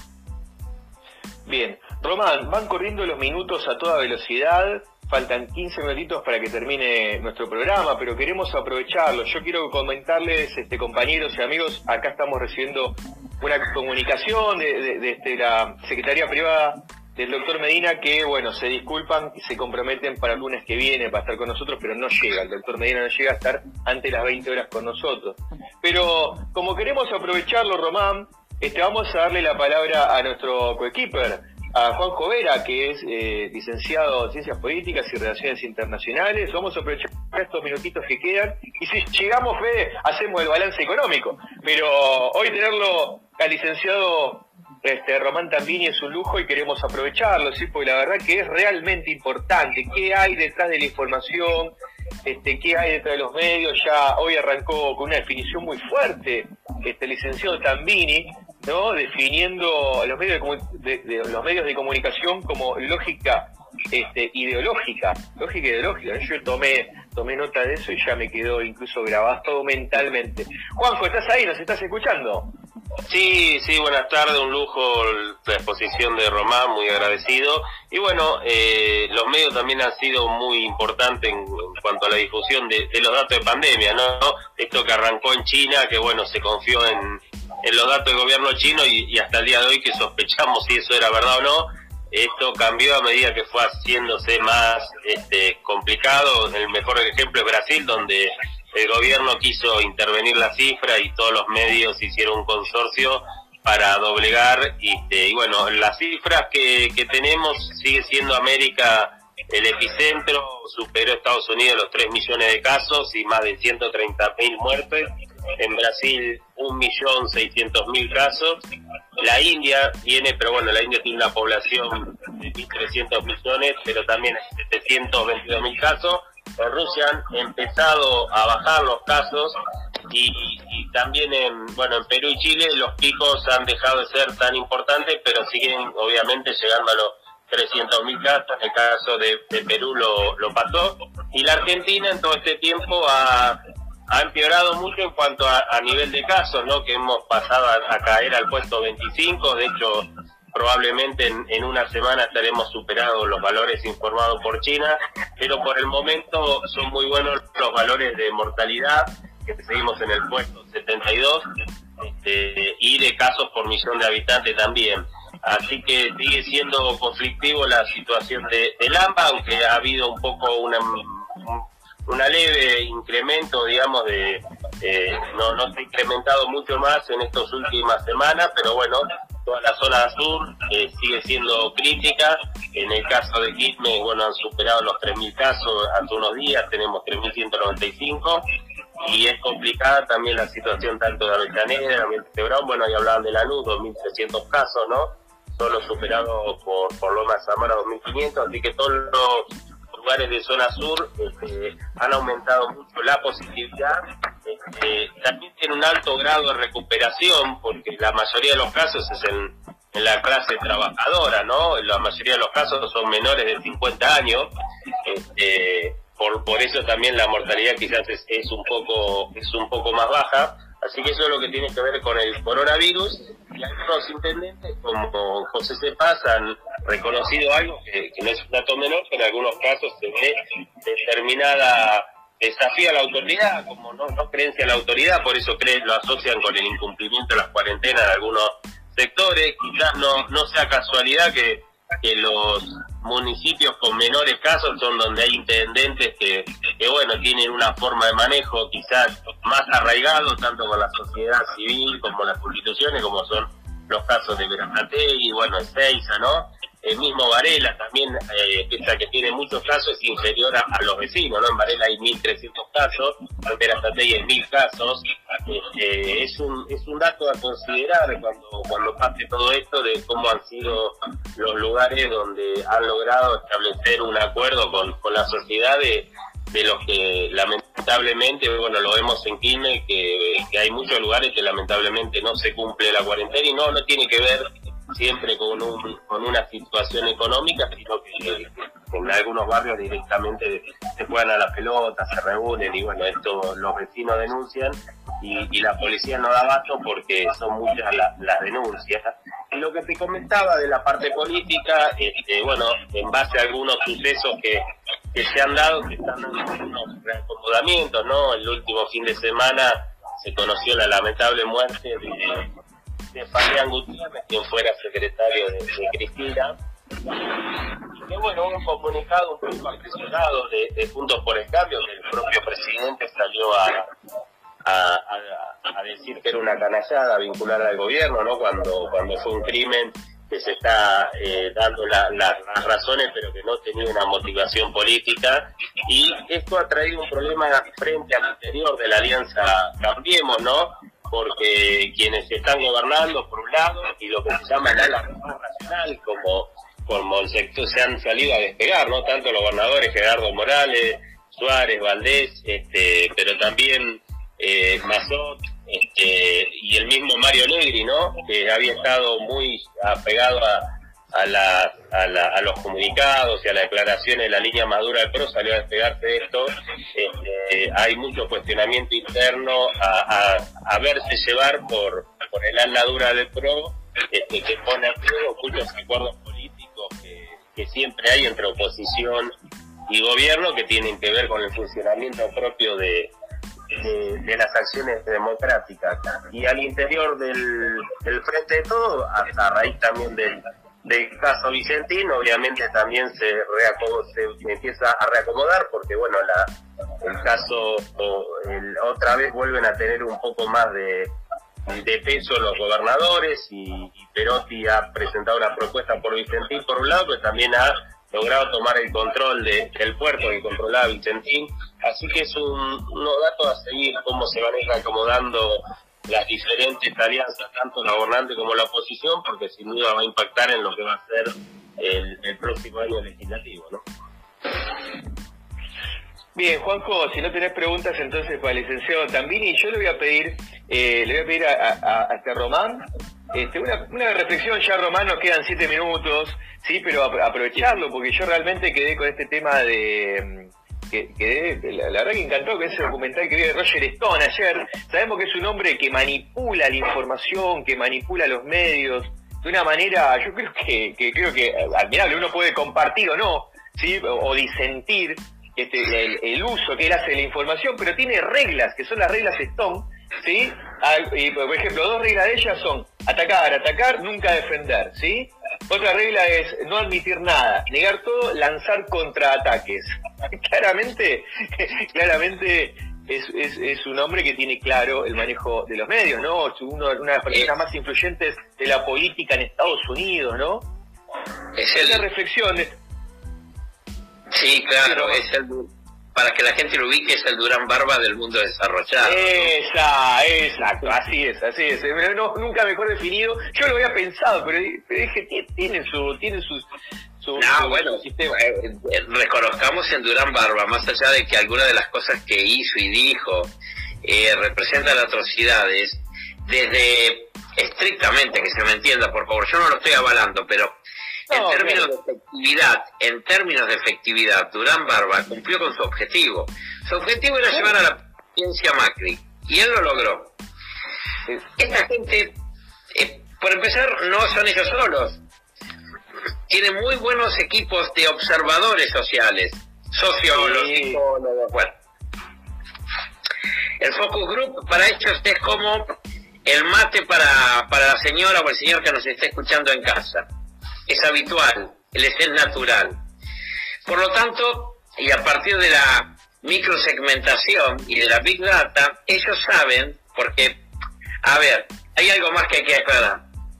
Bien, Román, van corriendo los minutos a toda velocidad, faltan quince minutitos para que termine nuestro programa, pero queremos aprovecharlo. Yo quiero comentarles, este, compañeros y amigos, acá estamos recibiendo una comunicación de, de, de, de la Secretaría Privada del doctor Medina, que, bueno, se disculpan y se comprometen para el lunes que viene para estar con nosotros, pero no llega, el doctor Medina no llega a estar antes de las veinte horas con nosotros. Pero como queremos aprovecharlo, Román, este, vamos a darle la palabra a nuestro coequiper, a Juanjo Vera, que es eh, licenciado en Ciencias Políticas y Relaciones Internacionales. Vamos a aprovechar estos minutitos que quedan, y si llegamos, Fede, hacemos el balance económico. Pero hoy tenerlo al licenciado este, Román Tambini es un lujo y queremos aprovecharlo, ¿sí? Porque la verdad que es realmente importante. ¿Qué hay detrás de la información? Este, ¿Qué hay detrás de los medios? Ya hoy arrancó con una definición muy fuerte este licenciado Tambini, ¿no? Definiendo los medios de, de, de los medios de comunicación como lógica este, ideológica, lógica ideológica. Yo tomé tomé nota de eso y ya me quedó incluso grabado mentalmente. Juanjo, ¿estás ahí? ¿Nos estás escuchando? Sí, sí, buenas tardes, un lujo la exposición de Román, muy agradecido. Y bueno, eh, los medios también han sido muy importantes en, en cuanto a la difusión de, de los datos de pandemia, ¿no? Esto que arrancó en China, que bueno, se confió en, en los datos del gobierno chino y, y hasta el día de hoy que sospechamos si eso era verdad o no. Esto cambió a medida que fue haciéndose más este, complicado. El mejor ejemplo es Brasil, donde el gobierno quiso intervenir la cifra y todos los medios hicieron un consorcio para doblegar. Y, y bueno, las cifras que, que tenemos sigue siendo América el epicentro, superó a Estados Unidos los tres millones de casos y más de ciento treinta mil muertes. En Brasil un millón seiscientos mil casos. La India tiene, pero bueno, la India tiene una población de mil trescientos millones, pero también setecientos veintidós mil casos. En Rusia han empezado a bajar los casos y, y también en, bueno, en Perú y Chile los picos han dejado de ser tan importantes, pero siguen obviamente llegando a los trescientos mil casos. En el caso de, de Perú lo, lo pasó, y la Argentina en todo este tiempo ha, ha empeorado mucho en cuanto a, a nivel de casos, ¿no? Que hemos pasado a, a caer al puesto veinticinco. De hecho, probablemente en, en una semana estaremos superando los valores informados por China, pero por el momento son muy buenos los valores de mortalidad, que seguimos en el puesto setenta y dos, este, y de casos por millón de habitantes también. Así que sigue siendo conflictivo la situación de, de Lamba, aunque ha habido un poco una, una leve incremento, digamos, de eh, no, no se ha incrementado mucho más en estas últimas semanas, pero bueno, toda la zona sur eh, sigue siendo crítica. En el caso de Quilmes, bueno, han superado los tres mil casos hace unos días, tenemos tres mil ciento noventa y cinco, y es complicada también la situación tanto de Avellaneda, también de Brown, bueno, ahí hablaban de Lanús, dos mil trescientos casos, ¿no? Solo superado por, por Loma de Zamora, dos mil quinientos, así que todos los lugares de zona sur este, han aumentado mucho la positividad. Este, también tiene un alto grado de recuperación, porque la mayoría de los casos es en, en la clase trabajadora, ¿no? La mayoría de los casos son menores de cincuenta años, este, por, por eso también la mortalidad quizás es, es un poco es un poco más baja. Así que eso es lo que tiene que ver con el coronavirus, y algunos intendentes como José Cepaz han reconocido algo que, que no es un dato menor, que en algunos casos se ve determinada desafío a la autoridad, como no, no creencia en la autoridad, por eso creen, lo asocian con el incumplimiento de las cuarentenas de algunos sectores. Quizás no, no sea casualidad que, que los municipios con menores casos son donde hay intendentes que, que bueno, tienen una forma de manejo quizás más arraigado tanto con la sociedad civil como las instituciones, como son los casos de Berazategui, bueno, Ezeiza, ¿no? El mismo Varela también, eh, pese a que tiene muchos casos, es inferior a, a los vecinos, ¿no? En Varela hay mil trescientos casos, en Berazategui hay mil casos. Eh, es un es un dato a considerar cuando cuando pase todo esto, de cómo han sido los lugares donde han logrado establecer un acuerdo con, con la sociedad, de, de los que lamentablemente, bueno, lo vemos en Quilmes, que, que hay muchos lugares que lamentablemente no se cumple la cuarentena, y no no tiene que ver siempre con un con una situación económica, sino que, que en algunos barrios directamente se juegan a la pelota, se reúnen, y bueno, esto los vecinos denuncian, y, y la policía no da abasto porque son muchas la, las denuncias. Y lo que te comentaba de la parte política, este, bueno, en base a algunos sucesos que, que se han dado, que están dando unos reacomodamientos, ¿no? El último fin de semana se conoció la lamentable muerte de de Fabián Gutiérrez, quien fuera secretario de, de Cristina, y que bueno, un comunicado un poco apresurado de, de Juntos por el Cambio, que el propio presidente salió a, a, a, a decir que era una canallada vincular al gobierno, ¿no? Cuando, cuando fue un crimen que se está eh, dando la, la, las razones, pero que no tenía una motivación política, y esto ha traído un problema frente al interior de la alianza Cambiemos, ¿no? Porque quienes están gobernando por un lado, y lo que se llama el ala nacional, como, como el sector, se han salido a despegar, ¿no? Tanto los gobernadores Gerardo Morales, Suárez, Valdés, este, pero también eh, Mazot, este, y el mismo Mario Negri, ¿no? Que había estado muy apegado a, a, la, a, la, a los comunicados y a las declaraciones de la línea madura del P R O, salió a despegarse de esto. Este, hay mucho cuestionamiento interno a, a, a verse llevar por, por el ala dura del P R O, este, que pone a prueba muchos acuerdos políticos que, que siempre hay entre oposición y gobierno, que tienen que ver con el funcionamiento propio de De, de las acciones democráticas. Y al interior del, del Frente de Todos, hasta a raíz también del, del caso Vicentín, obviamente también se, se empieza a reacomodar, porque bueno, la, el caso o el, otra vez vuelven a tener un poco más de, de peso los gobernadores, y, y Perotti ha presentado una propuesta por Vicentín por un lado, pero también ha logrado tomar el control de, del puerto que controlaba Vicentín. Así que es un, un dato a seguir cómo se van a ir acomodando las diferentes alianzas, tanto la gobernante como la oposición, porque sin duda va a impactar en lo que va a ser el, el próximo año legislativo, ¿no? Bien, Juanjo, si no tenés preguntas entonces para el licenciado Tambini, yo le voy a pedir, eh, le voy a pedir a, a, a este Román, este, una, una reflexión. Ya, Román, nos quedan siete minutos, sí, pero aprovecharlo, porque yo realmente quedé con este tema de... Que, que la, la verdad que encantó que ese documental que vi de Roger Stone ayer. Sabemos que es un hombre que manipula la información, que manipula los medios de una manera, yo creo que, que creo que admirable. Uno puede compartir o no, sí, o, o disentir este, el, el uso que él hace de la información, pero tiene reglas, que son las reglas Stone, ¿sí? Y, por ejemplo, dos reglas de ellas son atacar, atacar, nunca defender, ¿sí? Otra regla es no admitir nada, negar todo, lanzar contraataques. Claramente, claramente es, es, es un hombre que tiene claro el manejo de los medios, ¿no? Es uno, una de las personas más influyentes de la política en Estados Unidos, ¿no? Es el... Una reflexión. Sí, claro, es el... Para que la gente lo ubique, es el Durán Barba del mundo desarrollado. Esa, ¿no? Exacto, así es, así es. No, nunca mejor definido. Yo lo había pensado, pero, pero dije, tiene su, tiene sus, su, no, su, bueno, su sistema. Eh, eh, reconozcamos en Durán Barba, más allá de que algunas de las cosas que hizo y dijo eh, representan atrocidades, desde estrictamente, que se me entienda, por favor, yo no lo estoy avalando, pero... En No, términos claro. de efectividad, en términos de efectividad, Durán Barba cumplió con su objetivo. Su objetivo era llevar a la presidencia a Macri, y él lo logró. Esta gente, eh, por empezar, no son ellos solos. Tienen muy buenos equipos de observadores sociales, sociólogos, Sí. psicólogos, bueno. El Focus Group para ellos es como el mate para, para la señora o el señor que nos está escuchando en casa. Es habitual, les es natural. Por lo tanto, y a partir de la microsegmentación y de la Big Data, ellos saben, porque, a ver, hay algo más que hay que aclarar.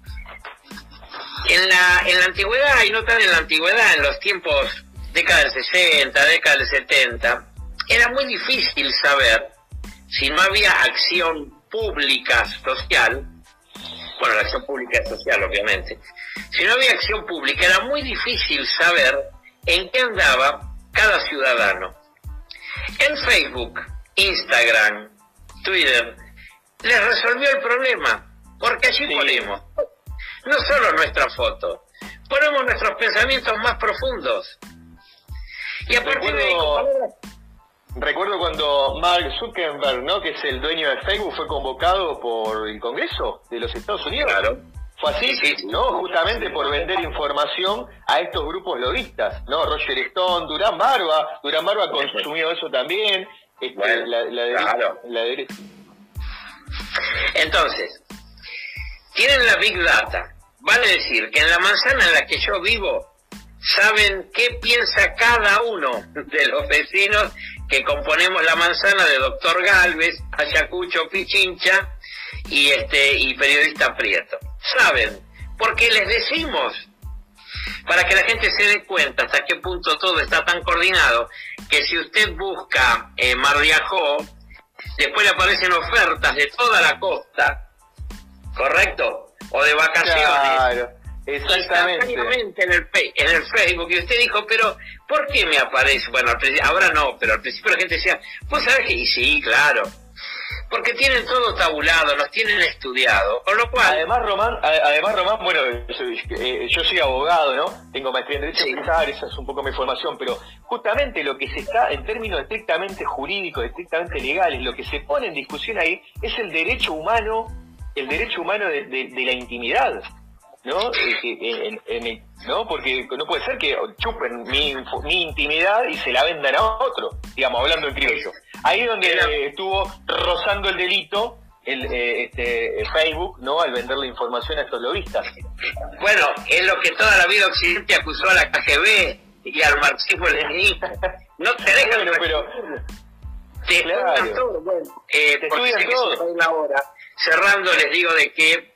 En la, en la antigüedad, y no tan en la antigüedad, en los tiempos, década del sesenta, década del setenta, era muy difícil saber, si no había acción pública social, bueno, la acción pública es social, obviamente. Si no había acción pública, era muy difícil saber en qué andaba cada ciudadano. En Facebook, Instagram, Twitter, les resolvió el problema, porque allí Sí. ponemos no solo nuestra foto, ponemos nuestros pensamientos más profundos. Y a partir de ahí, Recuerdo, recuerdo cuando Mark Zuckerberg, ¿no? Que es el dueño de Facebook, fue convocado por el Congreso de los Estados Unidos. claro, Fue así, Sí, sí, sí. ¿no? Justamente por vender información a estos grupos lobistas, ¿no? Roger Stone, Durán Barba, Durán Barba consumió eso también, este, Bueno, la, la derecha, claro. la derecha. Entonces, tienen la Big Data. Vale decir que en la manzana en la que yo vivo, saben qué piensa cada uno de los vecinos que componemos la manzana de Doctor Galvez, Ayacucho Pichincha y este y periodista Prieto. Saben, porque les decimos, para que la gente se dé cuenta hasta qué punto todo está tan coordinado, que si usted busca eh, Mar de Ajó, después le aparecen ofertas de toda la costa, ¿correcto? O de vacaciones. Claro, exactamente. Instantáneamente en el, en el Facebook, y usted dijo, pero ¿por qué me aparece? Bueno, ahora no, pero al principio la gente decía, pues sabes que, y sí, claro, porque tienen todo tabulado, nos tienen estudiado, con lo cual... Además, Román, además, Román, bueno, yo, yo soy abogado, ¿no? Tengo maestría en Derecho Sí. Empresarial, esa es un poco mi formación, pero justamente lo que se está, en términos estrictamente jurídicos, estrictamente legales, lo que se pone en discusión ahí es el derecho humano, el derecho humano de, de, de la intimidad, ¿no? En, en el, ¿no? Porque no puede ser que chupen mi, mi intimidad y se la vendan a otro, digamos, hablando en criollo. Ahí es donde eh, estuvo rozando el delito el eh, este, Facebook, ¿no? Al vender la información a estos lobistas. Bueno, es lo que toda la vida Occidente acusó a la K G B y al marxismo-leninismo. No te dejan... Bueno, pero... Te Claro. estudian todo, bueno, eh, Te porque estudian sé que todo. se me va la hora. Cerrando, les digo de que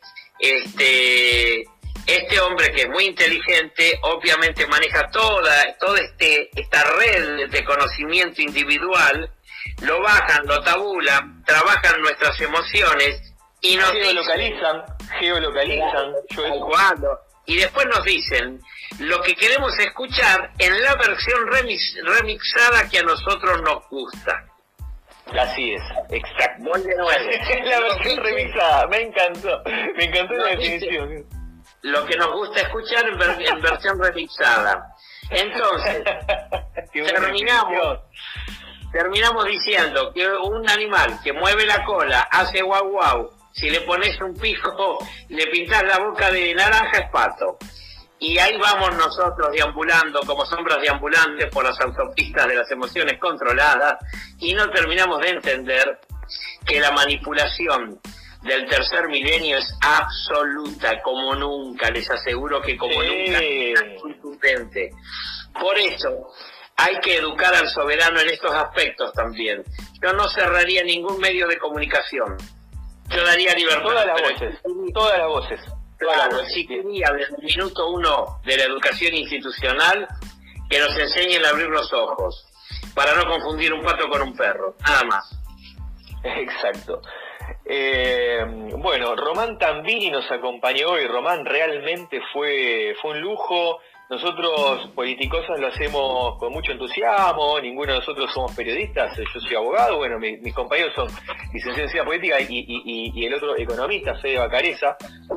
este este hombre, que es muy inteligente, obviamente maneja toda toda este esta red de conocimiento individual, lo bajan, lo tabulan, trabajan nuestras emociones y nos Geolocalizan, geolocalizan. Yo dicen eso- cuándo, y después nos dicen lo que queremos escuchar en la versión remix, remixada que a nosotros nos gusta. Así es, exacto. Muy de nuevo. La versión remixada, me encantó, me encantó la Nos dice definición. lo que nos gusta escuchar en, ver- en versión remixada. Entonces, Qué buena terminamos, definición. terminamos diciendo que un animal que mueve la cola, hace guau guau, si le pones un pico, le pintas la boca de naranja, es pato. Y ahí vamos nosotros deambulando como sombras deambulantes por las autopistas de las emociones controladas y no terminamos de entender que la manipulación del tercer milenio es absoluta, como nunca, les aseguro que como sí. nunca es contundente. Por eso hay que educar al soberano en estos aspectos también. Yo no cerraría ningún medio de comunicación, yo daría libertad. Todas las pero voces, todas las voces. Claro, si quería desde el minuto uno de la educación institucional que nos enseñen a abrir los ojos, para no confundir un pato con un perro, nada más. Exacto. Eh, bueno, Román Tambini nos acompañó hoy. Román, realmente fue, fue un lujo. Nosotros, Politicosas, lo hacemos con mucho entusiasmo. Ninguno de nosotros somos periodistas. Yo soy abogado. Bueno, mi, mis compañeros son licenciados en Ciencia Política y, y, y el otro economista, Fede Bacareza.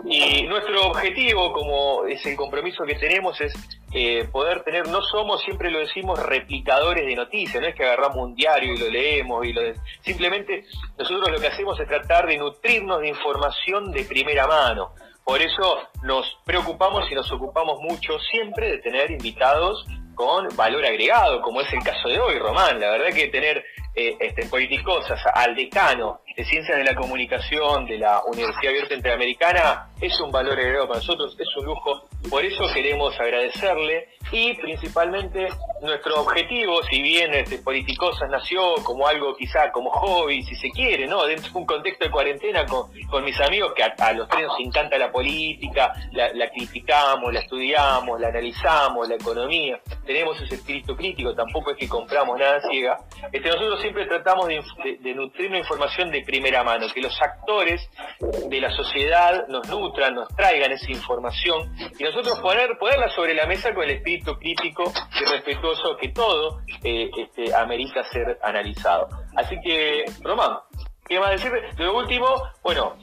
Y nuestro objetivo, como es el compromiso que tenemos, es eh, poder tener, no somos, siempre lo decimos, replicadores de noticias. No es que agarramos un diario y lo leemos. y lo de... Simplemente nosotros lo que hacemos es tratar de nutrirnos de información de primera mano. Por eso nos preocupamos y nos ocupamos mucho siempre de tener invitados con valor agregado, como es el caso de hoy, Román. La verdad que tener eh, este, Politicosas al decano de Ciencias de la Comunicación de la Universidad Abierta Interamericana es un valor agregado para nosotros, es un lujo. Por eso queremos agradecerle y principalmente nuestro objetivo, si bien este, Politicosas nació como algo quizá como hobby, si se quiere, ¿no? Dentro de un contexto de cuarentena con, con mis amigos que a, a los tres nos encanta la política, la, la criticamos, la estudiamos, la analizamos, la economía, tenemos ese espíritu crítico, tampoco es que compramos nada ciega. Este, nosotros siempre tratamos de, de, de nutrirnos información de primera mano, que los actores de la sociedad nos nutran, nos traigan esa información y nosotros poner, ponerla sobre la mesa con el espíritu crítico y respetuoso que todo eh, este, amerita ser analizado. Así que, Román, ¿qué más decir? De lo último, bueno,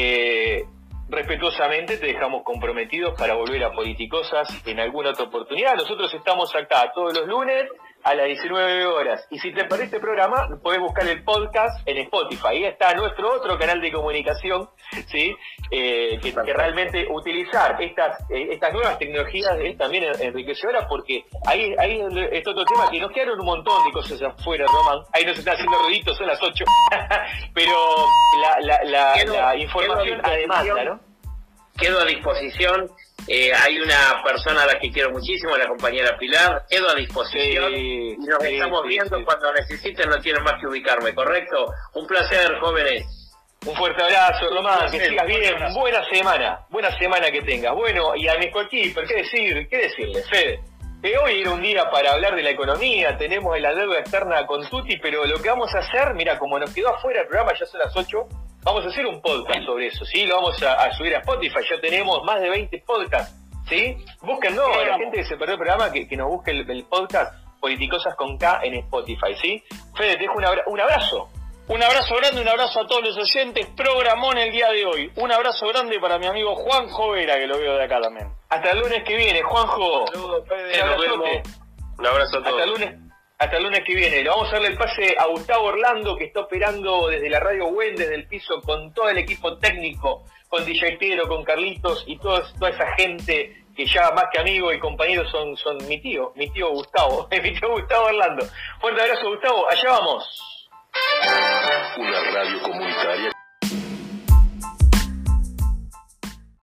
eh, respetuosamente te dejamos comprometidos para volver a Politicosas en alguna otra oportunidad. Nosotros estamos acá todos los lunes a las diecinueve horas. Y si te perdiste este programa, podés buscar el podcast en Spotify. Ahí está nuestro otro canal de comunicación, ¿sí? Eh, que, que realmente utilizar estas eh, estas nuevas tecnologías es también enriquecedora, porque ahí, ahí es otro tema, que nos quedaron un montón de cosas afuera, Román. Ahí nos están haciendo ruiditos, son las ocho. Pero la, la, la, quedo, la información además, ¿no? Quedo a disposición. Eh, hay una persona a la que quiero muchísimo, la compañera Pilar. Quedo a disposición sí, y nos sí, estamos sí, viendo sí. Cuando necesiten, no tienen más que ubicarme, ¿correcto? Un placer, jóvenes. Un fuerte abrazo, Román, que sigas bien. Buena semana, buena semana que tengas. Bueno, y a mi coequiper, ¿qué decir? ¿Qué decirle, Fede? Que hoy era un día para hablar de la economía, tenemos la deuda externa con Tuti, pero lo que vamos a hacer, mira, como nos quedó afuera el programa, ya son las ocho, vamos a hacer un podcast sobre eso, ¿sí? Lo vamos a, a subir a Spotify, ya tenemos más de veinte podcasts, ¿sí? Búsquenlo, a la gente que se perdió el programa, que, que nos busque el, el podcast Politicosas con K en Spotify, ¿sí? Fede, te dejo un, abra un abrazo. Un abrazo grande, un abrazo a todos los oyentes, programón el día de hoy. Un abrazo grande para mi amigo Juanjo Vera, que lo veo de acá también. Hasta el lunes que viene, Juanjo. Saludos, Fede, nos vemos. Un abrazo a todos. Hasta el lunes. Hasta el lunes que viene. Le vamos a darle el pase a Gustavo Orlando, que está operando desde la radio Buen, desde el piso, con todo el equipo técnico, con D J Pedro, con Carlitos y todo, toda esa gente que ya más que amigos y compañeros son, son mi tío, mi tío Gustavo, mi tío Gustavo Orlando. Fuerte abrazo, Gustavo. Allá vamos. Una radio comunitaria